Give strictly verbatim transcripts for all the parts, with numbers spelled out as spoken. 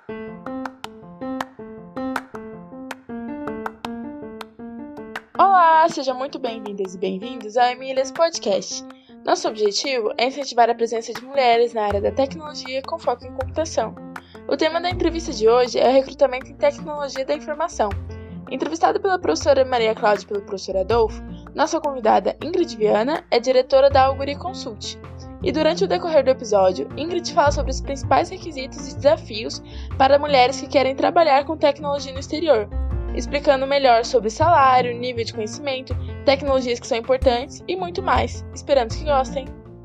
Olá, sejam muito bem-vindas e bem-vindos ao Emílias Podcast. Nosso objetivo é incentivar a presença de mulheres na área da tecnologia com foco em computação. O tema da entrevista de hoje é o recrutamento em tecnologia da informação. Entrevistada pela professora Maria Cláudia e pelo professor Adolfo, nossa convidada Ingrid Viana é diretora da Auguri Consult. E durante o decorrer do episódio, Ingrid fala sobre os principais requisitos e desafios para mulheres que querem trabalhar com tecnologia no exterior, explicando melhor sobre salário, nível de conhecimento, tecnologias que são importantes e muito mais. Esperamos que gostem!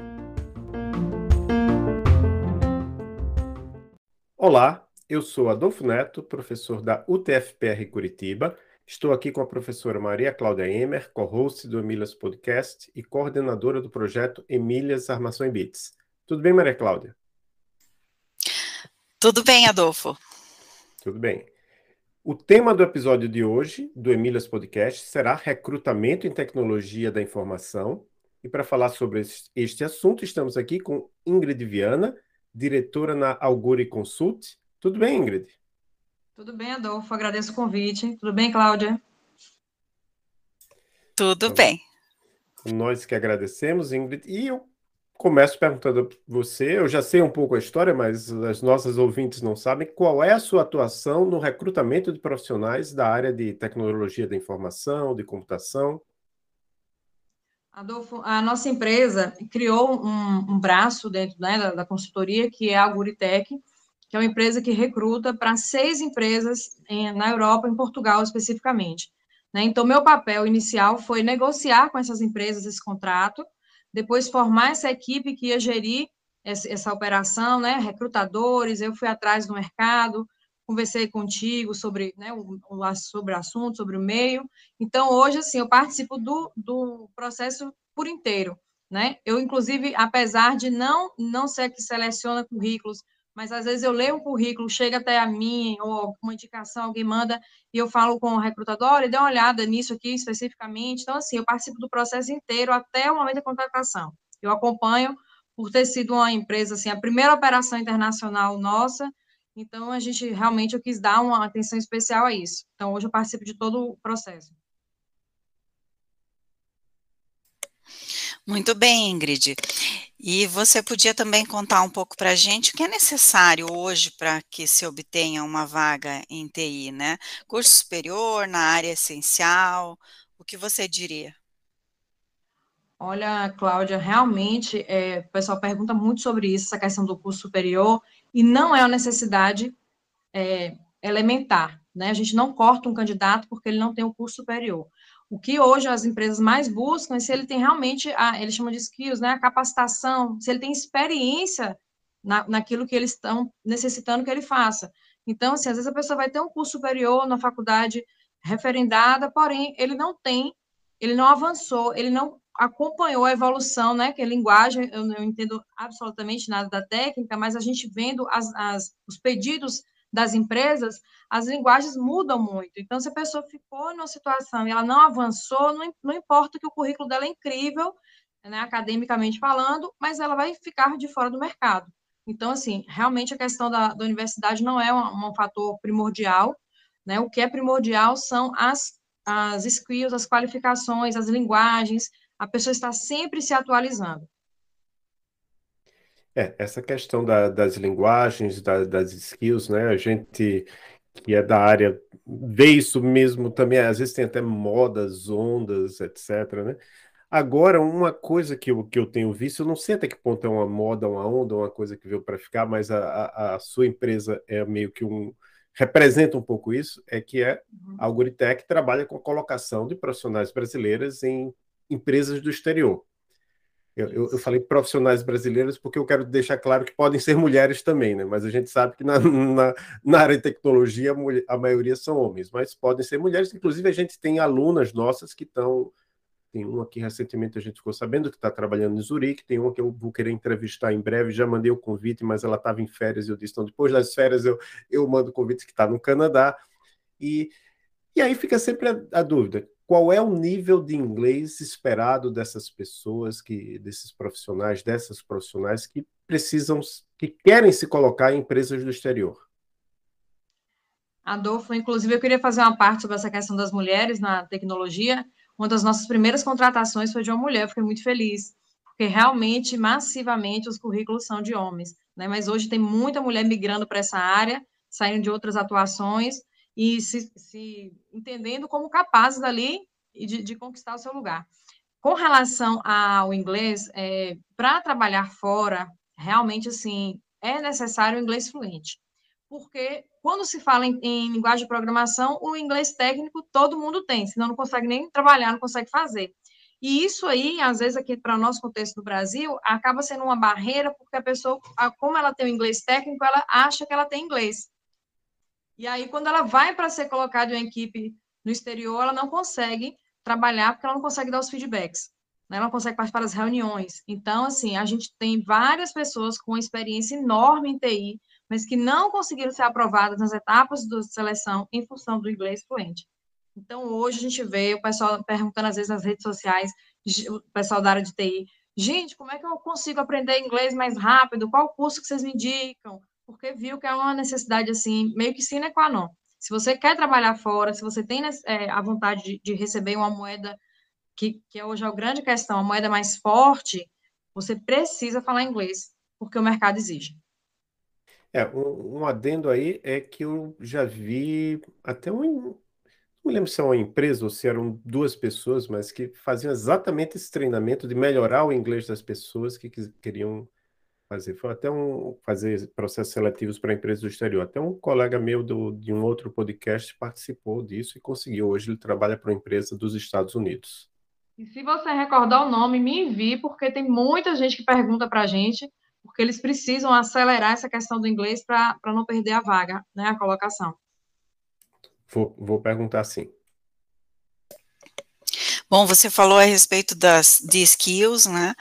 Olá, eu sou Adolfo Neto, professor da U T F P R Curitiba. Estou aqui com a professora Maria Cláudia Emer, co-host do Emílias Podcast e coordenadora do projeto Emílias Armação em Bits. Tudo bem, Maria Cláudia? Tudo bem, Adolfo. Tudo bem. O tema do episódio de hoje, do Emílias Podcast, será recrutamento em tecnologia da informação. E para falar sobre este assunto, estamos aqui com Ingrid Viana, diretora na Auguri Consult. Tudo bem, Ingrid? Tudo bem, Adolfo. Agradeço o convite. Tudo bem, Cláudia? Tudo então, bem. Nós que agradecemos, Ingrid. E eu começo perguntando a você, eu já sei um pouco a história, mas as nossas ouvintes não sabem, qual é a sua atuação no recrutamento de profissionais da área de tecnologia da informação, de computação? Adolfo, a nossa empresa criou um, um braço dentro, né, da, da consultoria, que é a Auguritech, que é uma empresa que recruta para seis empresas em, na Europa, em Portugal especificamente. Né? Então, meu papel inicial foi negociar com essas empresas esse contrato, depois formar essa equipe que ia gerir essa, essa operação, né? Recrutadores, eu fui atrás do mercado, conversei contigo sobre, né, o, o, sobre o assunto, sobre o meio. Então, hoje, assim, eu participo do, do processo por inteiro. Né? Eu, inclusive, apesar de não, não ser que seleciona currículos, mas às vezes eu leio um currículo, chega até a mim, ou uma indicação, alguém manda, e eu falo com o recrutador, olha, dê uma olhada nisso aqui especificamente. Então, assim, eu participo do processo inteiro até o momento da contratação. Eu acompanho, por ter sido uma empresa, assim, a primeira operação internacional nossa, então a gente realmente eu quis dar uma atenção especial a isso. Então, hoje eu participo de todo o processo. Muito bem, Ingrid. E você podia também contar um pouco para a gente o que é necessário hoje para que se obtenha uma vaga em T I, né? Curso superior, na área essencial, o que você diria? Olha, Cláudia, realmente, é, o pessoal pergunta muito sobre isso, essa questão do curso superior, e não é uma necessidade é, elementar, né? A gente não corta um candidato porque ele não tem o curso superior. O que hoje as empresas mais buscam é se ele tem realmente, a, eles chamam de skills, né? A capacitação, se ele tem experiência na, naquilo que eles estão necessitando que ele faça. Então, assim, às vezes a pessoa vai ter um curso superior na faculdade referendada, porém, ele não tem, ele não avançou, ele não acompanhou a evolução, né, que é linguagem, eu não entendo absolutamente nada da técnica, mas a gente vendo as, as, os pedidos das empresas, as linguagens mudam muito. Então, se a pessoa ficou numa situação e ela não avançou, não, não importa que o currículo dela é incrível, né, academicamente falando, mas ela vai ficar de fora do mercado. Então, assim, realmente a questão da, da universidade não é um, um fator primordial, né? O que é primordial são as, as skills, as qualificações, as linguagens, a pessoa está sempre se atualizando. É, essa questão da, das linguagens, da, das skills, né? A gente que é da área vê isso mesmo também, às vezes tem até modas, ondas, etcétera, né? Agora, uma coisa que eu, que eu tenho visto, eu não sei até que ponto é uma moda, uma onda, uma coisa que veio para ficar, mas a, a, a sua empresa é meio que um... representa um pouco isso, é que é a Auguritech trabalha com a colocação de profissionais brasileiras em empresas do exterior. Eu, eu, eu falei profissionais brasileiros porque eu quero deixar claro que podem ser mulheres também, né? Mas a gente sabe que na, na, na área de tecnologia a maioria são homens, mas podem ser mulheres. Inclusive a gente tem alunas nossas que estão... Tem uma que recentemente a gente ficou sabendo que está trabalhando em Zurique, tem uma que eu vou querer entrevistar em breve, já mandei o convite, mas ela estava em férias e eu disse, então depois das férias eu, eu mando o convite, que está no Canadá. E, e aí fica sempre a, a dúvida, qual é o nível de inglês esperado dessas pessoas, que, desses profissionais, dessas profissionais que precisam, que querem se colocar em empresas do exterior? Adolfo, inclusive eu queria fazer uma parte sobre essa questão das mulheres na tecnologia. Uma das nossas primeiras contratações foi de uma mulher, eu fiquei muito feliz, porque realmente, massivamente, os currículos são de homens, né? Mas hoje tem muita mulher migrando para essa área, saindo de outras atuações e se, se entendendo como capazes dali de, de conquistar o seu lugar. Com relação ao inglês, é, para trabalhar fora, realmente, assim, é necessário o inglês fluente. Porque quando se fala em, em linguagem de programação, o inglês técnico todo mundo tem, senão não consegue nem trabalhar, não consegue fazer. E isso aí, às vezes, aqui para o nosso contexto do Brasil, acaba sendo uma barreira, porque a pessoa, como ela tem o inglês técnico, ela acha que ela tem inglês. E aí, quando ela vai para ser colocada em uma equipe no exterior, ela não consegue trabalhar, porque ela não consegue dar os feedbacks, né? Ela não consegue participar das reuniões. Então, assim, a gente tem várias pessoas com experiência enorme em T I, mas que não conseguiram ser aprovadas nas etapas de seleção em função do inglês fluente. Então, hoje a gente vê o pessoal perguntando, às vezes, nas redes sociais, o pessoal da área de T I, gente, como é que eu consigo aprender inglês mais rápido? Qual curso que vocês me indicam? Porque viu que é uma necessidade, assim, meio que sine qua non. Se você quer trabalhar fora, se você tem é, a vontade de, de receber uma moeda, que, que hoje é a grande questão, a moeda mais forte, você precisa falar inglês, porque o mercado exige. É, um, um adendo aí é que eu já vi até um, não me lembro se é uma empresa ou se eram duas pessoas, mas que faziam exatamente esse treinamento de melhorar o inglês das pessoas que quis- queriam fazer. Foi até um fazer processos seletivos para empresas do exterior. Até um colega meu do, de um outro podcast participou disso e conseguiu. Hoje ele trabalha para uma empresa dos Estados Unidos. E se você recordar o nome, me envie, porque tem muita gente que pergunta para a gente, porque eles precisam acelerar essa questão do inglês para não perder a vaga, né, a colocação. Vou, vou perguntar sim. Bom, você falou a respeito das de skills, né,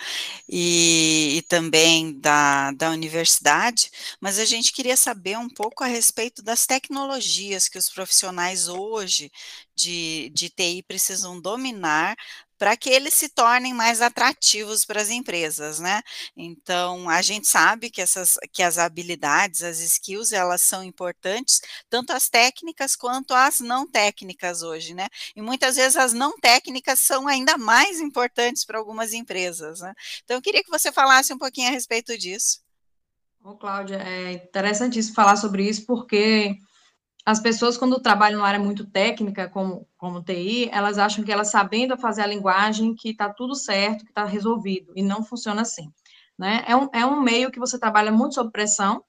e, e também da, da universidade, mas a gente queria saber um pouco a respeito das tecnologias que os profissionais hoje de, de T I precisam dominar para que eles se tornem mais atrativos para as empresas, né? Então, a gente sabe que essas, que as habilidades, as skills, elas são importantes, tanto as técnicas quanto as não técnicas hoje, né? E muitas vezes as não técnicas são ainda mais importantes para algumas empresas, né? Então, eu queria que você falasse um pouquinho a respeito disso. Ô, Cláudia, é interessantíssimo falar sobre isso, porque as pessoas, quando trabalham numa área muito técnica, como, como T I, elas acham que elas sabendo fazer a linguagem, que está tudo certo, que está resolvido, e não funciona assim, né? É um, é um meio que você trabalha muito sob pressão,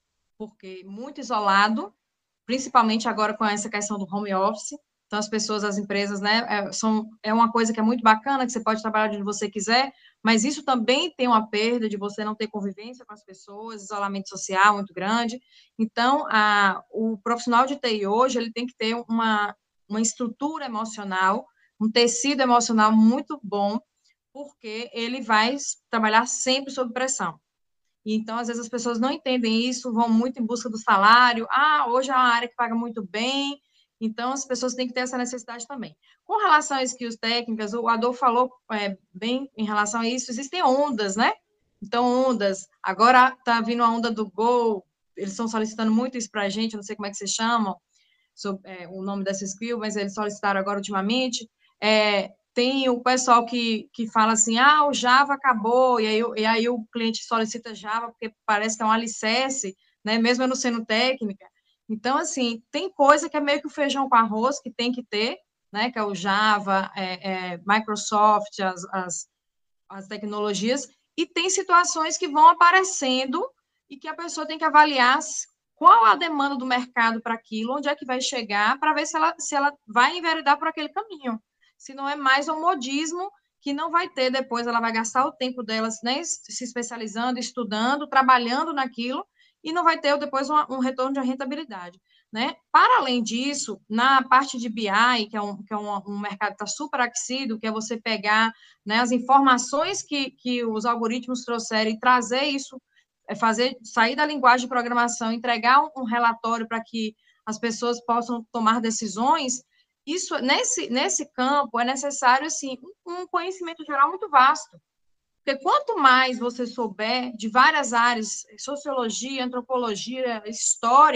porque muito isolado, principalmente agora com essa questão do home office. Então, as pessoas, as empresas, né, é, são, é uma coisa que é muito bacana, que você pode trabalhar de onde você quiser, mas isso também tem uma perda de você não ter convivência com as pessoas, isolamento social muito grande. Então, a, o profissional de T I hoje, ele tem que ter uma, uma estrutura emocional, um tecido emocional muito bom, porque ele vai trabalhar sempre sob pressão. Então, às vezes, as pessoas não entendem isso, vão muito em busca do salário. Ah, hoje é uma área que paga muito bem. Então, as pessoas têm que ter essa necessidade também. Com relação às skills técnicas, o Adolfo falou é, bem em relação a isso, existem ondas, né? Então, ondas. Agora está vindo a onda do Go, eles estão solicitando muito isso para a gente, não sei como é que vocês chamam, sobre, é, o nome dessa skill, mas eles solicitaram agora ultimamente. É, tem o pessoal que, que fala assim, ah, o Java acabou, e aí, e aí o cliente solicita Java, porque parece que é um alicerce, né, mesmo eu não sendo técnica. Então, assim, tem coisa que é meio que o feijão com arroz, que tem que ter, né, que é o Java, é, é, Microsoft, as, as, as tecnologias, e tem situações que vão aparecendo e que a pessoa tem que avaliar qual a demanda do mercado para aquilo, onde é que vai chegar, para ver se ela, se ela vai enveredar por aquele caminho. Se não é mais um modismo que não vai ter depois, ela vai gastar o tempo dela, né, se especializando, estudando, trabalhando naquilo, e não vai ter depois um, um retorno de rentabilidade. Né? Para além disso, na parte de B I, que é um, que é um, um mercado que está super aquecido, que é você pegar, né, as informações que, que os algoritmos trouxeram e trazer isso, é fazer sair da linguagem de programação, entregar um, um relatório para que as pessoas possam tomar decisões. Isso, nesse, nesse campo, é necessário, assim, um, um conhecimento geral muito vasto. Porque quanto mais você souber de várias áreas, sociologia, antropologia, história,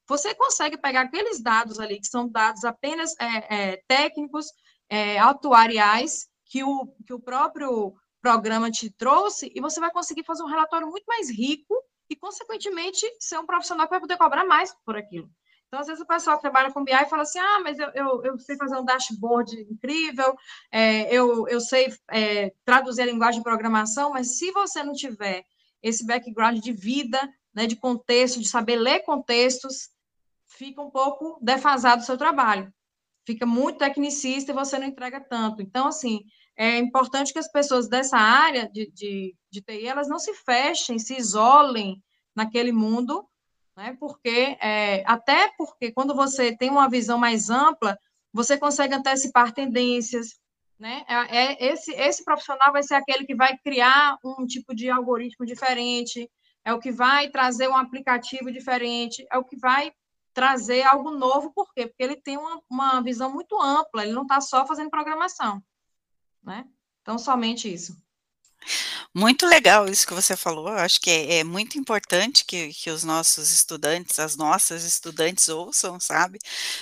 você consegue pegar aqueles dados ali, que são dados apenas é, é, técnicos, é, atuariais, que o, que o próprio programa te trouxe, e você vai conseguir fazer um relatório muito mais rico e, consequentemente, ser um profissional que vai poder cobrar mais por aquilo. Então, às vezes, o pessoal que trabalha com B I fala assim, ah, mas eu, eu, eu sei fazer um dashboard incrível, é, eu, eu sei é, traduzir a linguagem de programação, mas se você não tiver esse background de vida, né, de contexto, de saber ler contextos, fica um pouco defasado o seu trabalho. Fica muito tecnicista e você não entrega tanto. Então, assim, é importante que as pessoas dessa área de, de, de T I, elas não se fechem, se isolem naquele mundo, né? Porque, é, até porque quando você tem uma visão mais ampla, você consegue antecipar tendências, né? É, é, esse, esse profissional vai ser aquele que vai criar um tipo de algoritmo diferente, é o que vai trazer um aplicativo diferente, é o que vai trazer algo novo, por quê? Porque ele tem uma, uma visão muito ampla, ele não está só fazendo programação, né? Então, somente isso. Muito legal isso que você falou, eu acho que é, é muito importante que, que os nossos estudantes, as nossas estudantes ouçam, sabe?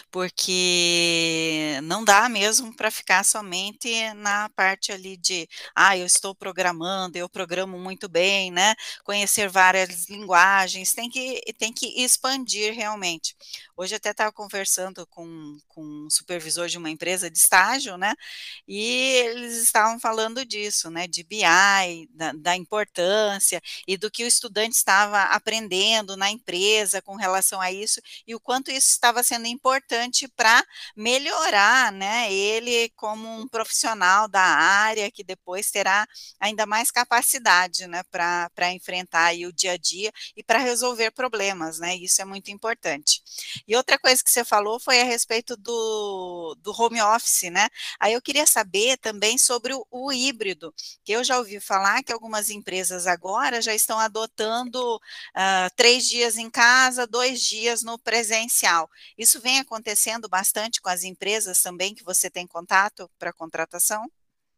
Porque não dá mesmo para ficar somente na parte ali de, ah, eu estou programando, eu programo muito bem, né? Conhecer várias linguagens, tem que, tem que expandir realmente. Hoje até estava conversando com, com um supervisor de uma empresa de estágio, né? E eles estavam falando disso, né? De B I, da, da importância e do que o estudante estava aprendendo na empresa com relação a isso e o quanto isso estava sendo importante para melhorar, né, ele como um profissional da área que depois terá ainda mais capacidade, né, para para enfrentar aí o dia a dia e para resolver problemas, né, isso é muito importante. E outra coisa que você falou foi a respeito do, do home office, né, aí eu queria saber também sobre o, o híbrido, que eu já ouvi falar que algumas empresas agora já estão adotando uh, três dias em casa, dois dias no presencial. Isso vem acontecendo bastante com as empresas também que você tem contato para contratação?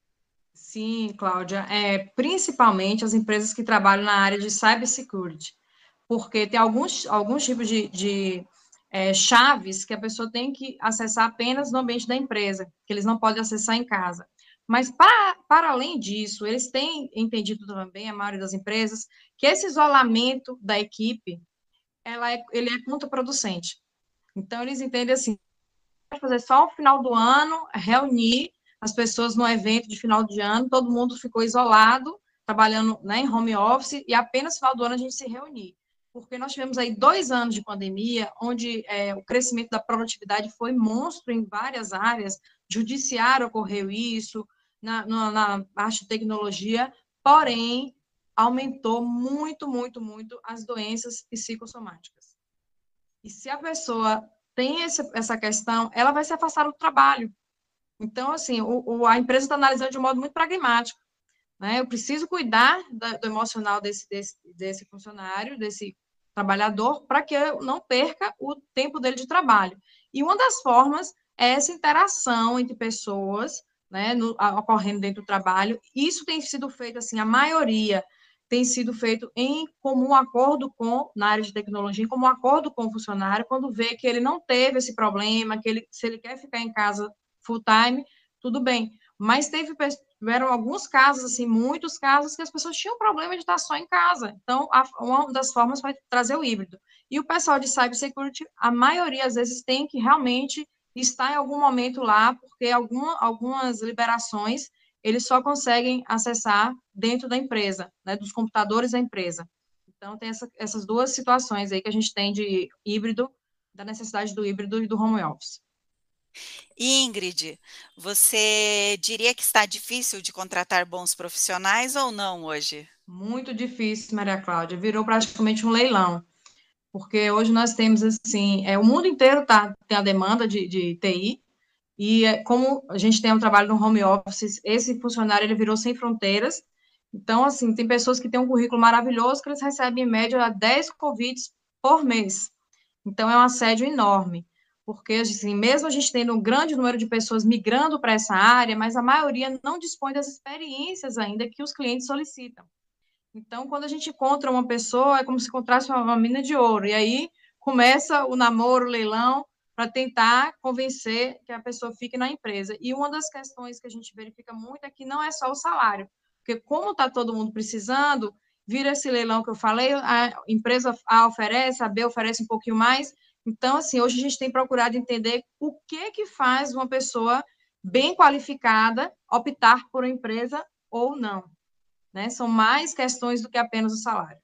Sim, Cláudia, é, principalmente as empresas que trabalham na área de cybersecurity, porque tem alguns, alguns tipos de, de é, chaves que a pessoa tem que acessar apenas no ambiente da empresa, que eles não podem acessar em casa. Mas, para, para além disso, eles têm entendido também, a maioria das empresas, que esse isolamento da equipe, ela é, ele é contraproducente. Então, eles entendem assim, fazer só no final do ano, reunir as pessoas no evento de final de ano, todo mundo ficou isolado, trabalhando, né, em home office, e apenas no final do ano a gente se reunir. Porque nós tivemos aí dois anos de pandemia, onde é, o crescimento da produtividade foi monstro em várias áreas, judiciário ocorreu isso, na, na, na parte de tecnologia, porém, aumentou muito, muito, muito as doenças psicossomáticas. E se a pessoa tem esse, essa questão, ela vai se afastar do trabalho. Então, assim, o, o, a empresa está analisando de um modo muito pragmático, né? Eu preciso cuidar da, do emocional desse, desse, desse funcionário, desse trabalhador, para que eu não perca o tempo dele de trabalho. E uma das formas é essa interação entre pessoas, né, no, ocorrendo dentro do trabalho. Isso tem sido feito, assim, a maioria tem sido feito em comum acordo com, na área de tecnologia, em comum acordo com o funcionário, quando vê que ele não teve esse problema, que ele, se ele quer ficar em casa full time, tudo bem. Mas teve, tiveram alguns casos, assim, muitos casos, que as pessoas tinham problema de estar só em casa. Então, a, uma das formas foi trazer o híbrido. E o pessoal de cybersecurity, a maioria, às vezes, tem que realmente estar em algum momento lá, porque alguma, algumas liberações eles só conseguem acessar dentro da empresa, né, dos computadores da empresa. Então, tem essa, essas duas situações aí que a gente tem de híbrido, da necessidade do híbrido e do home office. Ingrid, você diria que está difícil de contratar bons profissionais ou não hoje? Muito difícil, Maria Cláudia. Virou praticamente um leilão. Porque hoje nós temos, assim, é, o mundo inteiro tá, tem a demanda de, de T I, e como a gente tem um trabalho no home office, esse funcionário ele virou sem fronteiras. Então, assim, tem pessoas que têm um currículo maravilhoso que eles recebem, em média, dez convites por mês. Então, é um assédio enorme. Porque, assim, mesmo a gente tendo um grande número de pessoas migrando para essa área, mas a maioria não dispõe das experiências ainda que os clientes solicitam. Então, quando a gente encontra uma pessoa, é como se encontrasse uma mina de ouro. E aí, começa o namoro, o leilão, para tentar convencer que a pessoa fique na empresa. E uma das questões que a gente verifica muito é que não é só o salário, porque como está todo mundo precisando, vira esse leilão que eu falei, a empresa A oferece, a B oferece um pouquinho mais. Então, assim, hoje a gente tem procurado entender o que que faz uma pessoa bem qualificada optar por uma empresa ou não, né? São mais questões do que apenas o salário.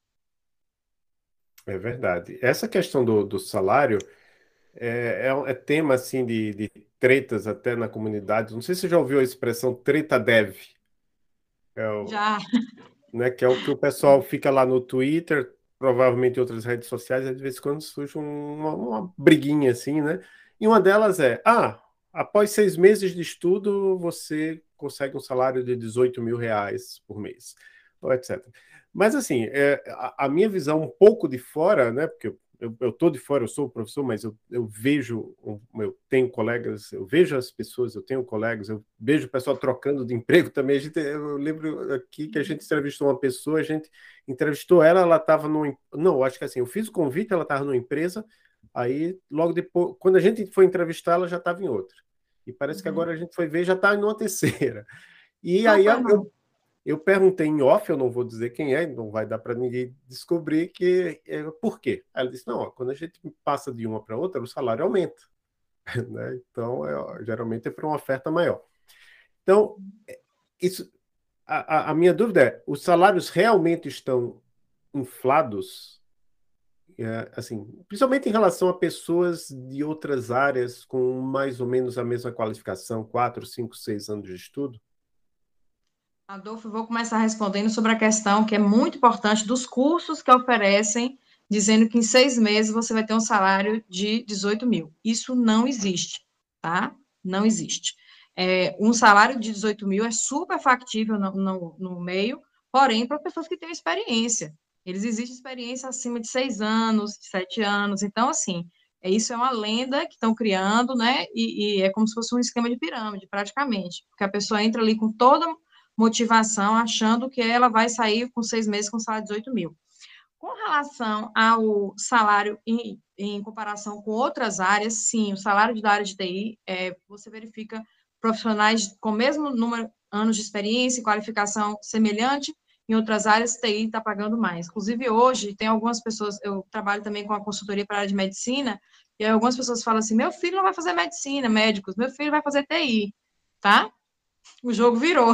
É verdade. Essa questão do, do salário é, é, é tema assim de, de tretas até na comunidade. Não sei se você já ouviu a expressão treta dev. É o, Já. né, que é o que o pessoal fica lá no Twitter, provavelmente em outras redes sociais, e de vez em quando surge um- uma, uma briguinha assim, né? E uma delas é, ah, após seis meses de estudo, você consegue um salário de dezoito mil reais por mês, ou etcétera. Mas assim, é, a, a minha visão um pouco de fora, né? Porque eu eu, eu tô de fora, eu sou professor, mas eu, eu vejo, eu tenho colegas, eu vejo as pessoas, eu tenho colegas, eu vejo o pessoal trocando de emprego também. A gente, eu lembro aqui que a gente entrevistou uma pessoa, a gente entrevistou ela, ela estava num, não, acho que assim, eu fiz o convite, ela estava numa empresa, aí logo depois, quando a gente foi entrevistar, ela já estava em outra. E parece que agora a gente foi ver, já está em uma terceira. E aí eu, eu perguntei em off, eu não vou dizer quem é, não vai dar para ninguém descobrir que é, por quê. Ela disse, não, ó, quando a gente passa de uma para outra, o salário aumenta. Né? Então, é, geralmente é para uma oferta maior. Então, isso, a, a minha dúvida é, os salários realmente estão inflados? É, assim, principalmente em relação a pessoas de outras áreas com mais ou menos a mesma qualificação, quatro, cinco, seis anos de estudo? Adolfo, eu vou começar respondendo sobre a questão que é muito importante dos cursos que oferecem, dizendo que em seis meses você vai ter um salário de dezoito mil. Isso não existe, tá? Não existe. É, um salário de dezoito mil é super factível no, no, no meio, porém, para pessoas que têm experiência. Eles exigem experiência acima de seis anos, de sete anos. Então, assim, é, isso é uma lenda que estão criando, né? E, e é como se fosse um esquema de pirâmide, praticamente. Porque a pessoa entra ali com toda motivação, achando que ela vai sair com seis meses com salário de dezoito mil. Com relação ao salário em, em comparação com outras áreas, sim, o salário da área de T I, é, você verifica profissionais com o mesmo número de anos de experiência e qualificação semelhante, em outras áreas, T I está pagando mais. Inclusive, hoje, tem algumas pessoas, eu trabalho também com a consultoria para a área de medicina, e algumas pessoas falam assim, meu filho não vai fazer medicina, médicos, meu filho vai fazer T I, tá? O jogo virou.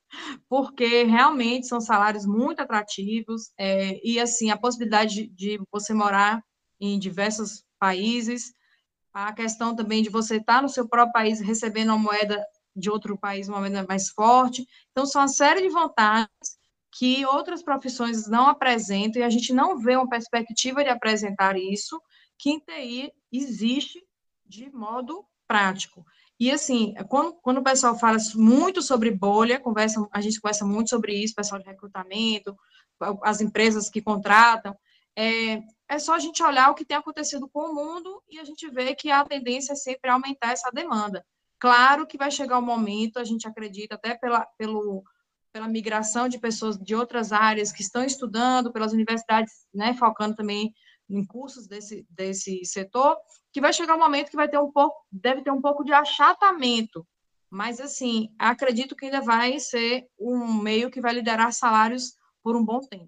Porque realmente são salários muito atrativos, é, e assim, a possibilidade de, de você morar em diversos países, a questão também de você estar no seu próprio país recebendo uma moeda de outro país, uma moeda mais forte. Então, são uma série de vantagens que outras profissões não apresentam, e a gente não vê uma perspectiva de apresentar isso, que em T I existe de modo prático. E, assim, quando, quando o pessoal fala muito sobre bolha, conversa, a gente conversa muito sobre isso, pessoal de recrutamento, as empresas que contratam, é, é só a gente olhar o que tem acontecido com o mundo e a gente vê que a tendência é sempre aumentar essa demanda. Claro que vai chegar um momento, a gente acredita, até pela, pelo, pela migração de pessoas de outras áreas que estão estudando, pelas universidades, né, focando também em cursos desse, desse setor, que vai chegar um momento que vai ter um pouco, deve ter um pouco de achatamento, mas, assim, acredito que ainda vai ser um meio que vai liderar salários por um bom tempo.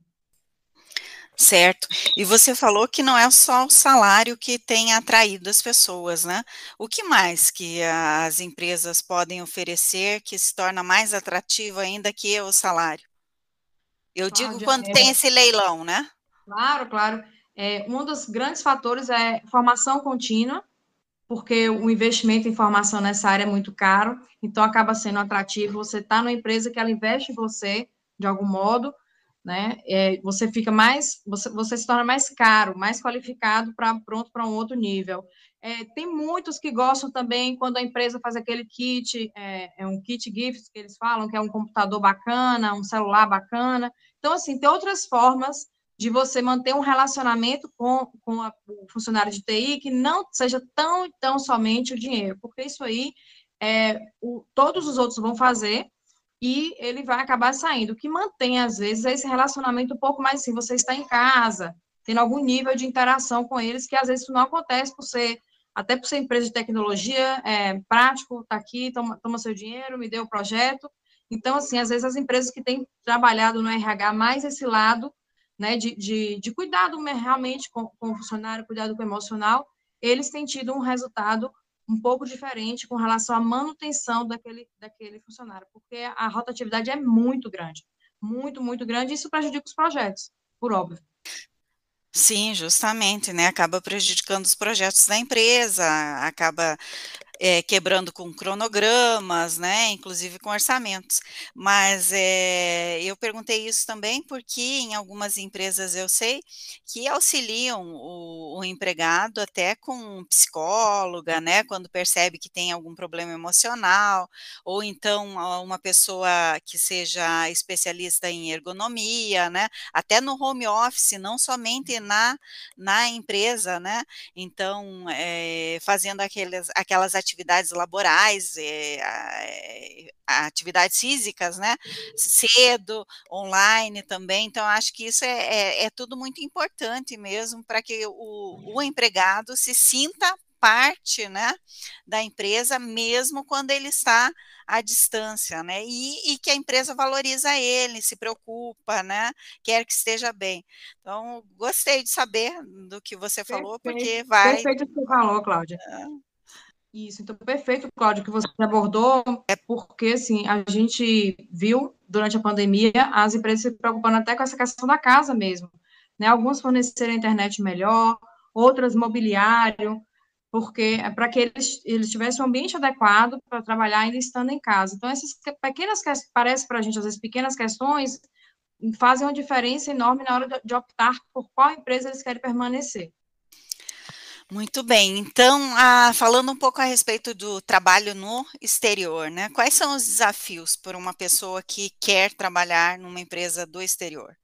Certo. E você falou que não é só o salário que tem atraído as pessoas, né? O que mais que as empresas podem oferecer que se torna mais atrativo ainda que o salário? Eu digo Cláudia, quando é, tem esse leilão, né? Claro, claro. É, um dos grandes fatores é formação contínua, porque o investimento em formação nessa área é muito caro, então acaba sendo atrativo. Você está numa empresa que ela investe em você, de algum modo, né? É, você fica mais, você, você se torna mais caro, mais qualificado para pronto para um outro nível. É, tem muitos que gostam também quando a empresa faz aquele kit, é, é um kit gifts que eles falam, que é um computador bacana, um celular bacana. Então, assim, tem outras formas de você manter um relacionamento com, com a, o funcionário de T I que não seja tão, tão somente o dinheiro, porque isso aí é, o, todos os outros vão fazer e ele vai acabar saindo. O que mantém, às vezes, é esse relacionamento um pouco mais assim, você está em casa, tendo algum nível de interação com eles, que às vezes isso não acontece por ser, até por ser empresa de tecnologia, é prático, está aqui, toma, toma seu dinheiro, me dê o projeto. Então, assim, às vezes as empresas que têm trabalhado no R H mais esse lado, né, de, de, de cuidado realmente com, com o funcionário, cuidado com o emocional, eles têm tido um resultado um pouco diferente com relação à manutenção daquele, daquele funcionário, porque a rotatividade é muito grande, muito, muito grande, e isso prejudica os projetos, por óbvio. Sim, justamente, né? Acaba prejudicando os projetos da empresa, acaba é, quebrando com cronogramas, né? Inclusive com orçamentos. Mas é, eu perguntei isso também porque em algumas empresas eu sei que auxiliam o, o empregado até com psicóloga, né? Quando percebe que tem algum problema emocional, ou então uma pessoa que seja especialista em ergonomia, né? Até no home office, não somente na, na empresa, né? Então, é, fazendo aquelas, aquelas atividades laborais, é, é, atividades físicas, né? Cedo, online também. Então, acho que isso é, é, é tudo muito importante mesmo para que o, o empregado se sinta parte, né, da empresa, mesmo quando ele está à distância, né, e, e que a empresa valoriza ele, se preocupa, né, quer que esteja bem. Então, gostei de saber do que você falou, Perfeito, porque vai... Perfeito o que você falou, Cláudia. É. Isso, então, perfeito, Cláudia, que você abordou, porque, assim, a gente viu, durante a pandemia, as empresas se preocupando até com essa questão da casa mesmo, né, algumas forneceram a internet melhor, outras mobiliário, porque é para que eles, eles tivessem um ambiente adequado para trabalhar ainda estando em casa. Então, essas pequenas questões, parece para a gente, às vezes, pequenas questões, fazem uma diferença enorme na hora de optar por qual empresa eles querem permanecer. Muito bem, então, ah, falando um pouco a respeito do trabalho no exterior, né? Quais são os desafios para uma pessoa que quer trabalhar numa empresa do exterior?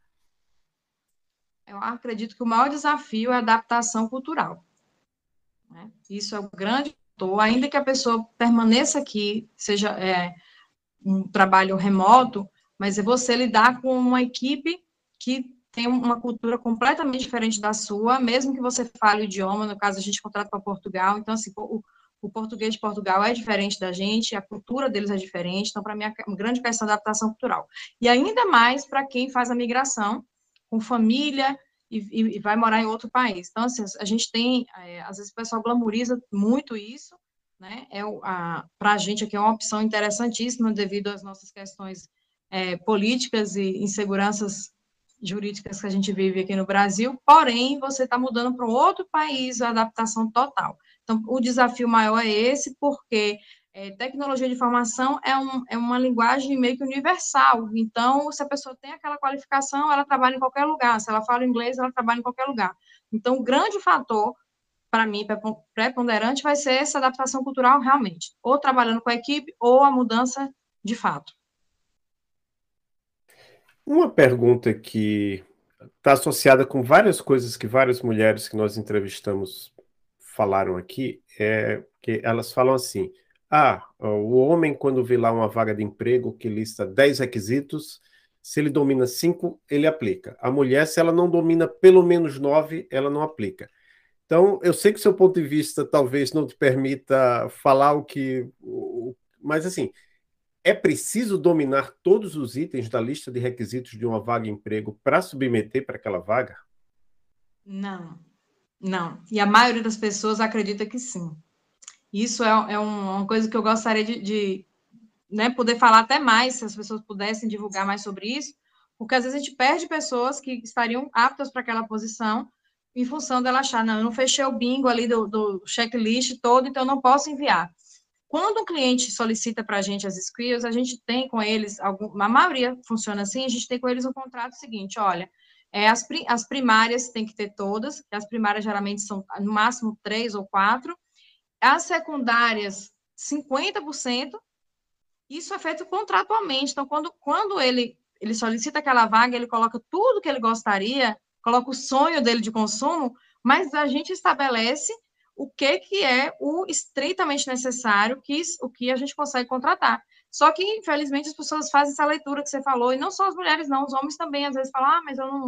Eu acredito que o maior desafio é a adaptação cultural. Né? Isso é o grande fator, ainda que a pessoa permaneça aqui, seja é, um trabalho remoto, mas é você lidar com uma equipe que tem uma cultura completamente diferente da sua, mesmo que você fale o idioma, no caso a gente contrata para Portugal, então assim, o, o português de Portugal é diferente da gente, a cultura deles é diferente, então para mim é uma grande questão de adaptação cultural. E ainda mais para quem faz a migração com família e, e, e vai morar em outro país. Então assim, a gente tem, é, às vezes o pessoal glamoriza muito isso, né? É para a gente aqui é uma opção interessantíssima devido às nossas questões é, políticas e inseguranças jurídicas que a gente vive aqui no Brasil, porém, você está mudando para um outro país, a adaptação total. Então, o desafio maior é esse, porque é, tecnologia de informação é, um, é uma linguagem meio que universal, então, se a pessoa tem aquela qualificação, ela trabalha em qualquer lugar, se ela fala inglês, ela trabalha em qualquer lugar. Então, o grande fator para mim, preponderante vai ser essa adaptação cultural realmente, ou trabalhando com a equipe, ou a mudança de fato. Uma pergunta que está associada com várias coisas que várias mulheres que nós entrevistamos falaram aqui, é que elas falam assim, ah, o homem quando vê lá uma vaga de emprego que lista dez requisitos, se ele domina cinco, ele aplica. A mulher, se ela não domina pelo menos nove, ela não aplica. Então, eu sei que o seu ponto de vista talvez não te permita falar o que... Mas, assim, é preciso dominar todos os itens da lista de requisitos de uma vaga de emprego para submeter para aquela vaga? Não, não. E a maioria das pessoas acredita que sim. Isso é, é uma coisa que eu gostaria de, de né, poder falar até mais, se as pessoas pudessem divulgar mais sobre isso, porque às vezes a gente perde pessoas que estariam aptas para aquela posição, em função dela achar, não, eu não fechei o bingo ali do, do checklist todo, então eu não posso enviar. Quando um cliente solicita para a gente as skills, a gente tem com eles, algum, a maioria funciona assim, a gente tem com eles um contrato seguinte, olha, é, as, as primárias tem que ter todas, as primárias geralmente são no máximo três ou quatro, as secundárias cinquenta por cento, isso é feito contratualmente, então quando, quando ele, ele solicita aquela vaga, ele coloca tudo que ele gostaria, coloca o sonho dele de consumo, mas a gente estabelece o que, que é o estritamente necessário, que, o que a gente consegue contratar. Só que, infelizmente, as pessoas fazem essa leitura que você falou, e não só as mulheres, não, os homens também, às vezes, falam, ah, mas eu não,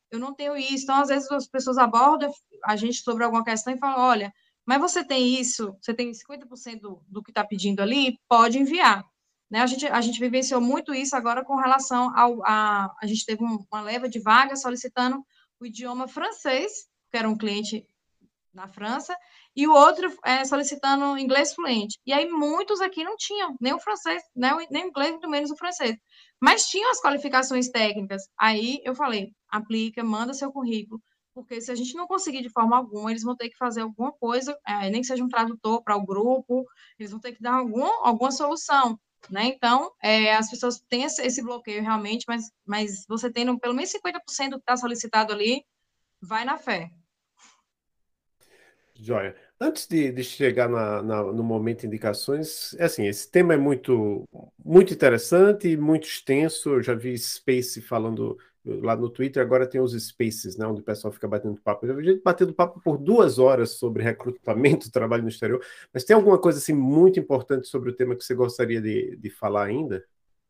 eu não tenho isso. Então, às vezes, as pessoas abordam a gente sobre alguma questão e falam, olha, mas você tem isso, você tem cinquenta por cento do, do que está pedindo ali, pode enviar. Né? A gente, a gente vivenciou muito isso agora com relação ao... A, a gente teve um, uma leva de vagas solicitando o idioma francês, que era um cliente na França, e o outro é, solicitando inglês fluente. E aí muitos aqui não tinham, nem o francês, nem o, nem o inglês, muito menos o francês. Mas tinham as qualificações técnicas. Aí eu falei, aplica, manda seu currículo, porque se a gente não conseguir de forma alguma, eles vão ter que fazer alguma coisa, é, nem que seja um tradutor para o grupo, eles vão ter que dar algum, alguma solução. Né? Então, é, as pessoas têm esse, esse bloqueio realmente, mas, mas você tendo pelo menos cinquenta por cento do que está solicitado ali, vai na fé. Joia. Antes de, de chegar na, na- no momento de indicações, é assim, esse tema é muito, muito interessante e muito extenso. Eu já vi Space falando lá no Twitter, agora tem os Spaces, né, onde o pessoal fica batendo papo. Eu já vi gente batendo papo por duas horas sobre recrutamento, trabalho no exterior, mas tem alguma coisa assim muito importante sobre o tema que você gostaria de, de falar ainda?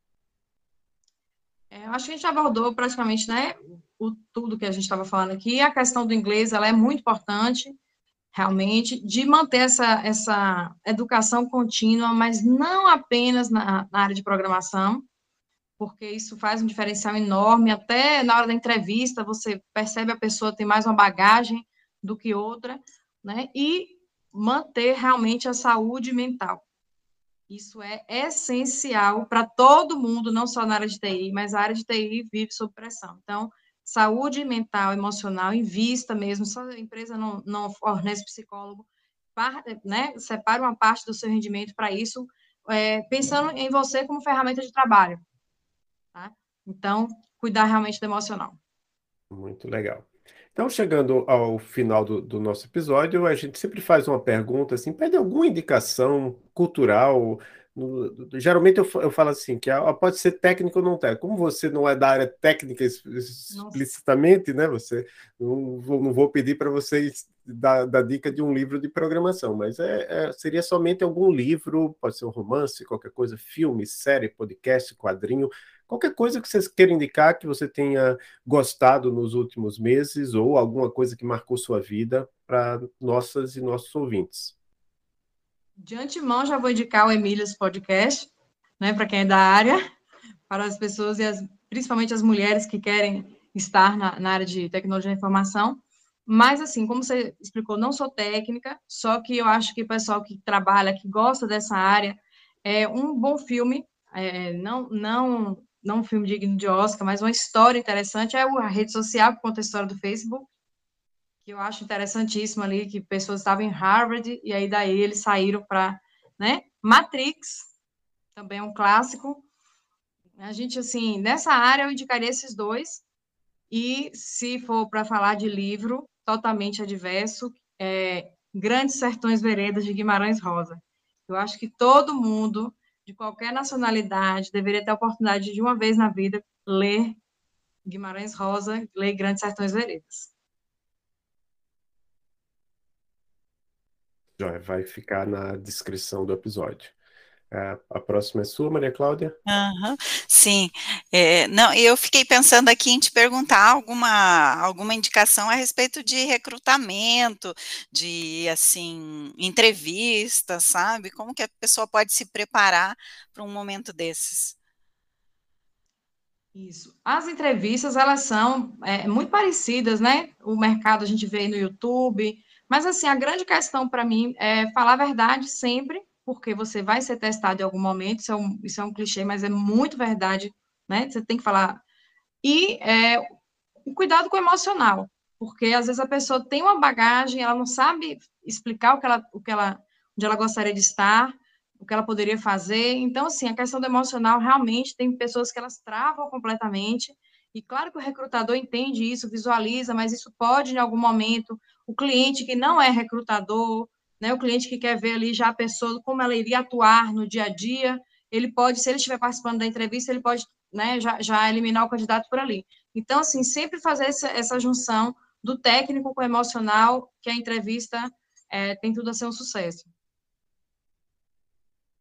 É, eu acho que a gente abordou praticamente, né, o, tudo que a gente estava falando aqui. A questão do inglês, ela é muito importante, realmente, de manter essa, essa educação contínua, mas não apenas na, na área de programação, porque isso faz um diferencial enorme. Até na hora da entrevista, você percebe a pessoa tem mais uma bagagem do que outra, né? E manter realmente a saúde mental. Isso é essencial para todo mundo, não só na área de T I, mas a área de T I vive sob pressão. Então, saúde mental, emocional, invista mesmo, se a empresa não, não fornece psicólogo, par, né, separe uma parte do seu rendimento para isso, é, pensando em você como ferramenta de trabalho. Tá? Então, cuidar realmente do emocional. Muito legal. Então, chegando ao final do, do nosso episódio, a gente sempre faz uma pergunta assim, pede alguma indicação cultural. No- geralmente eu, fa- eu falo assim, que ah, pode ser técnico ou não técnico. Como você não é da área técnica es- Nossa. explicitamente, né? Você não vou, não vou pedir para vocês dar, dar dica de um livro de programação, mas é, é- seria somente algum livro, pode ser um romance, qualquer coisa, filme, série, podcast, quadrinho, qualquer coisa que vocês queiram indicar que você tenha gostado nos últimos meses ou alguma coisa que marcou sua vida para nossas e nossos ouvintes. De antemão, já vou indicar o Emílias Podcast, né, para quem é da área, para as pessoas, e as, principalmente as mulheres que querem estar na, na área de tecnologia da informação. Mas, assim, como você explicou, não sou técnica, só que eu acho que o pessoal que trabalha, que gosta dessa área, é um bom filme, é, não, não, não um filme digno de Oscar, mas uma história interessante, é a rede social que conta a história do Facebook, que eu acho interessantíssimo ali, que pessoas estavam em Harvard, e aí daí eles saíram para, né, Matrix, também é um clássico. A gente, assim, nessa área eu indicaria esses dois, e se for para falar de livro totalmente adverso, é Grandes Sertões Veredas, de Guimarães Rosa. Eu acho que todo mundo, de qualquer nacionalidade, deveria ter a oportunidade de, uma vez na vida, ler Guimarães Rosa, ler Grandes Sertões Veredas. Já vai ficar na descrição do episódio. É, a próxima é sua, Maria Cláudia? Aham, sim. É, não, eu fiquei pensando aqui em te perguntar alguma, alguma indicação a respeito de recrutamento, de, assim, entrevistas, sabe? Como que a pessoa pode se preparar para um momento desses? Isso. As entrevistas, elas são é, muito parecidas, né? O mercado a gente vê no YouTube, mas, assim, a grande questão para mim é falar a verdade sempre, porque você vai ser testado em algum momento, isso é um, isso é um clichê, mas é muito verdade, né? Você tem que falar. E é, o cuidado com o emocional, porque às vezes a pessoa tem uma bagagem, ela não sabe explicar o que ela, o que ela, onde ela gostaria de estar, o que ela poderia fazer. Então, assim, a questão do emocional, realmente, tem pessoas que elas travam completamente, e claro que o recrutador entende isso, visualiza, mas isso pode, em algum momento, o cliente que não é recrutador, né, o cliente que quer ver ali já a pessoa, como ela iria atuar no dia a dia, ele pode, se ele estiver participando da entrevista, ele pode, né, já, já eliminar o candidato por ali. Então, assim, sempre fazer essa, essa junção do técnico com o emocional, que a entrevista é, tem tudo a ser um sucesso.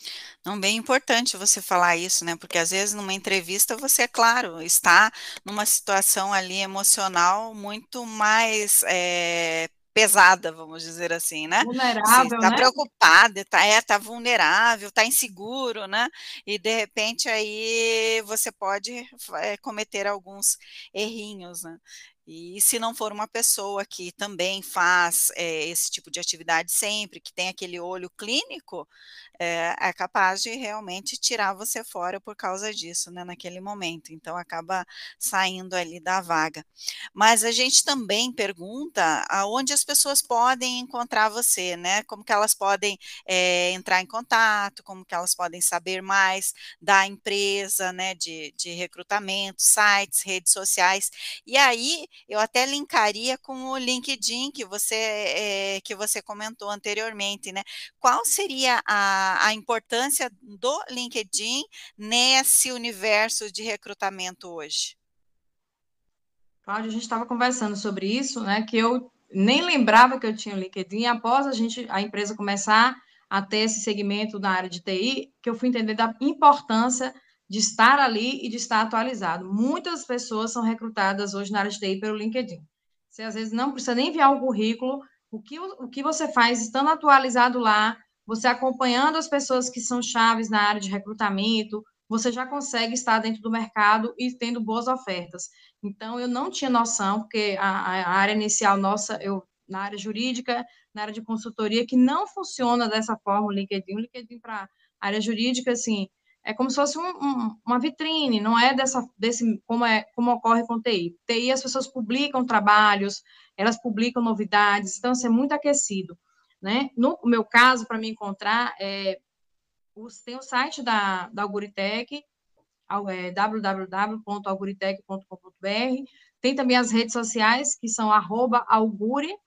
Não, bem importante você falar isso, né? Porque às vezes numa entrevista você, é claro, está numa situação ali emocional muito mais eh, pesada, vamos dizer assim, né? Você Vulnerável, está né? preocupada, está é, tá vulnerável, está inseguro, né? E de repente aí você pode eh, cometer alguns errinhos, né? E se não for uma pessoa que também faz eh, esse tipo de atividade sempre, que tem aquele olho clínico, é, é capaz de realmente tirar você fora por causa disso, né, naquele momento. Então acaba saindo ali da vaga. Mas a gente também pergunta aonde as pessoas podem encontrar você, né? Como que elas podem é, entrar em contato, como que elas podem saber mais da empresa, né? De, de recrutamento, sites, redes sociais. E aí eu até linkaria com o LinkedIn que você é, que você comentou anteriormente, né? Qual seria a, a importância do LinkedIn nesse universo de recrutamento hoje? Cláudia, a gente estava conversando sobre isso, né? Que eu nem lembrava que eu tinha o LinkedIn. Após a gente, a empresa começar a ter esse segmento na área de T I, que eu fui entender da importância de estar ali e de estar atualizado. Muitas pessoas são recrutadas hoje na área de T I pelo LinkedIn. Você às vezes não precisa nem enviar um currículo. O que, o que você faz estando atualizado lá, você acompanhando as pessoas que são chaves na área de recrutamento, você já consegue estar dentro do mercado e tendo boas ofertas. Então, eu não tinha noção, porque a, a área inicial nossa, eu na área jurídica, na área de consultoria, que não funciona dessa forma o LinkedIn. O LinkedIn para a área jurídica, assim, é como se fosse um, um, uma vitrine, não é dessa, desse, como, é, como ocorre com T I. T I, as pessoas publicam trabalhos, elas publicam novidades, então, isso é muito aquecido. Né? No meu caso, para me encontrar, é, tem o site da, da Auguritec, é, w w w ponto auguritec ponto com ponto b r. Tem também as redes sociais, que são arroba auguritech,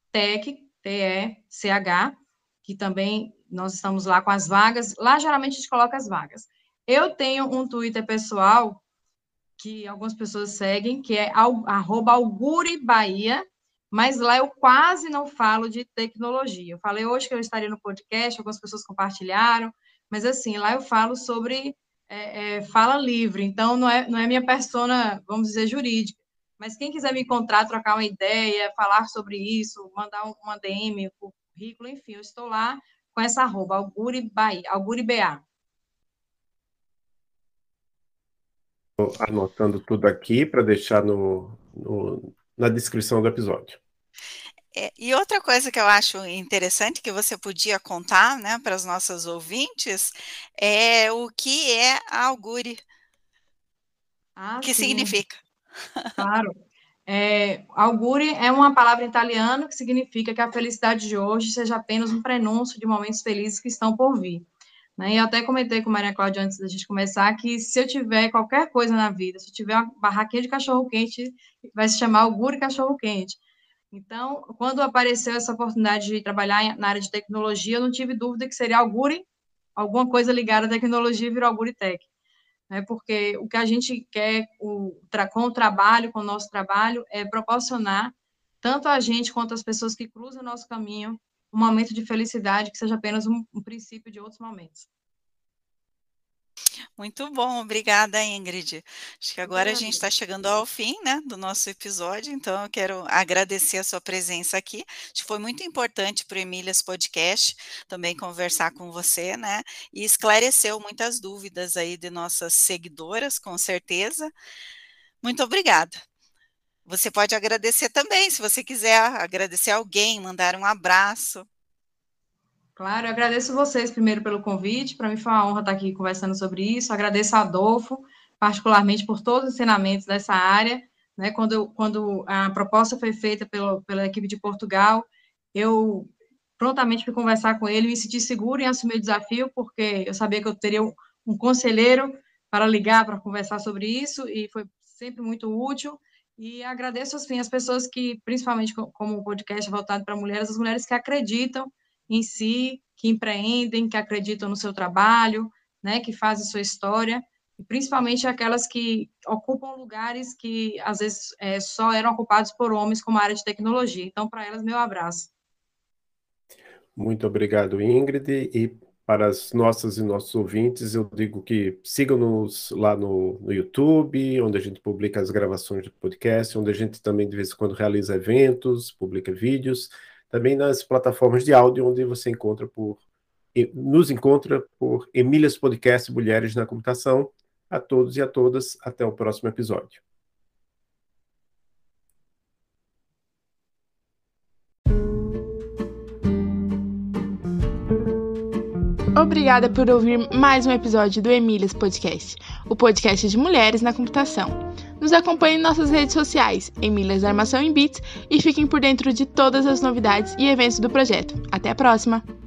T E C H, que também nós estamos lá com as vagas. Lá, geralmente, a gente coloca as vagas. Eu tenho um Twitter pessoal, que algumas pessoas seguem, que é arroba auguribahia, mas lá eu quase não falo de tecnologia. Eu falei hoje que eu estaria no podcast, algumas pessoas compartilharam, mas assim, lá eu falo sobre é, é, fala livre, então não é, não é minha persona, vamos dizer, jurídica. Mas quem quiser me encontrar, trocar uma ideia, falar sobre isso, mandar uma D M, um currículo, enfim, eu estou lá com essa arroba, auguribahia, auguriba. Anotando tudo aqui para deixar no, no, na descrição do episódio. É, e outra coisa que eu acho interessante que você podia contar, né, para as nossas ouvintes, é o que é a Auguri. Ah, O que sim, significa? claro. É, auguri é uma palavra italiana que significa que a felicidade de hoje seja apenas um prenúncio de momentos felizes que estão por vir. Né? E eu até comentei com a Maria Cláudia antes da gente começar que se eu tiver qualquer coisa na vida, se eu tiver uma barraquinha de cachorro-quente, vai se chamar Auguri Cachorro-Quente. Então, quando apareceu essa oportunidade de trabalhar na área de tecnologia, eu não tive dúvida que seria Auguri, alguma coisa ligada à tecnologia virou Auguritec. Né, porque o que a gente quer o, com o trabalho, com o nosso trabalho, é proporcionar, tanto a gente quanto as pessoas que cruzam o nosso caminho, um momento de felicidade que seja apenas um, um princípio de outros momentos. Muito bom, obrigada, Ingrid. Acho que agora a gente Obrigada. está chegando ao fim, né, do nosso episódio, então eu quero agradecer a sua presença aqui. Acho que foi muito importante para o Emílias Podcast também conversar com você, né, e esclareceu muitas dúvidas aí de nossas seguidoras, com certeza. Muito obrigada. Você pode agradecer também, se você quiser agradecer alguém, mandar um abraço. Claro, eu agradeço vocês primeiro pelo convite, para mim foi uma honra estar aqui conversando sobre isso, agradeço a Adolfo, particularmente por todos os ensinamentos dessa área, né, quando, quando a proposta foi feita pelo, pela equipe de Portugal, eu prontamente fui conversar com ele, me senti seguro em assumir o desafio, porque eu sabia que eu teria um, um conselheiro para ligar, para conversar sobre isso, e foi sempre muito útil, e agradeço, assim, as pessoas que, principalmente como o podcast é voltado para mulheres, as mulheres que acreditam em si, que empreendem, que acreditam no seu trabalho, né, que fazem sua história, e principalmente aquelas que ocupam lugares que, às vezes, é, só eram ocupados por homens, como a área de tecnologia. Então, para elas, meu abraço. Muito obrigado, Ingrid. E para as nossas e nossos ouvintes, eu digo que sigam-nos lá no, no YouTube, onde a gente publica as gravações do podcast, onde a gente também de vez em quando realiza eventos, publica vídeos, também nas plataformas de áudio, onde você encontra por, nos encontra por Emílias Podcast Mulheres na Computação. A todos e a todas, até o próximo episódio. Obrigada por ouvir mais um episódio do Emílias Podcast, o podcast de mulheres na computação. Nos acompanhe em nossas redes sociais, Emílias Armação em Bits, e fiquem por dentro de todas as novidades e eventos do projeto. Até a próxima!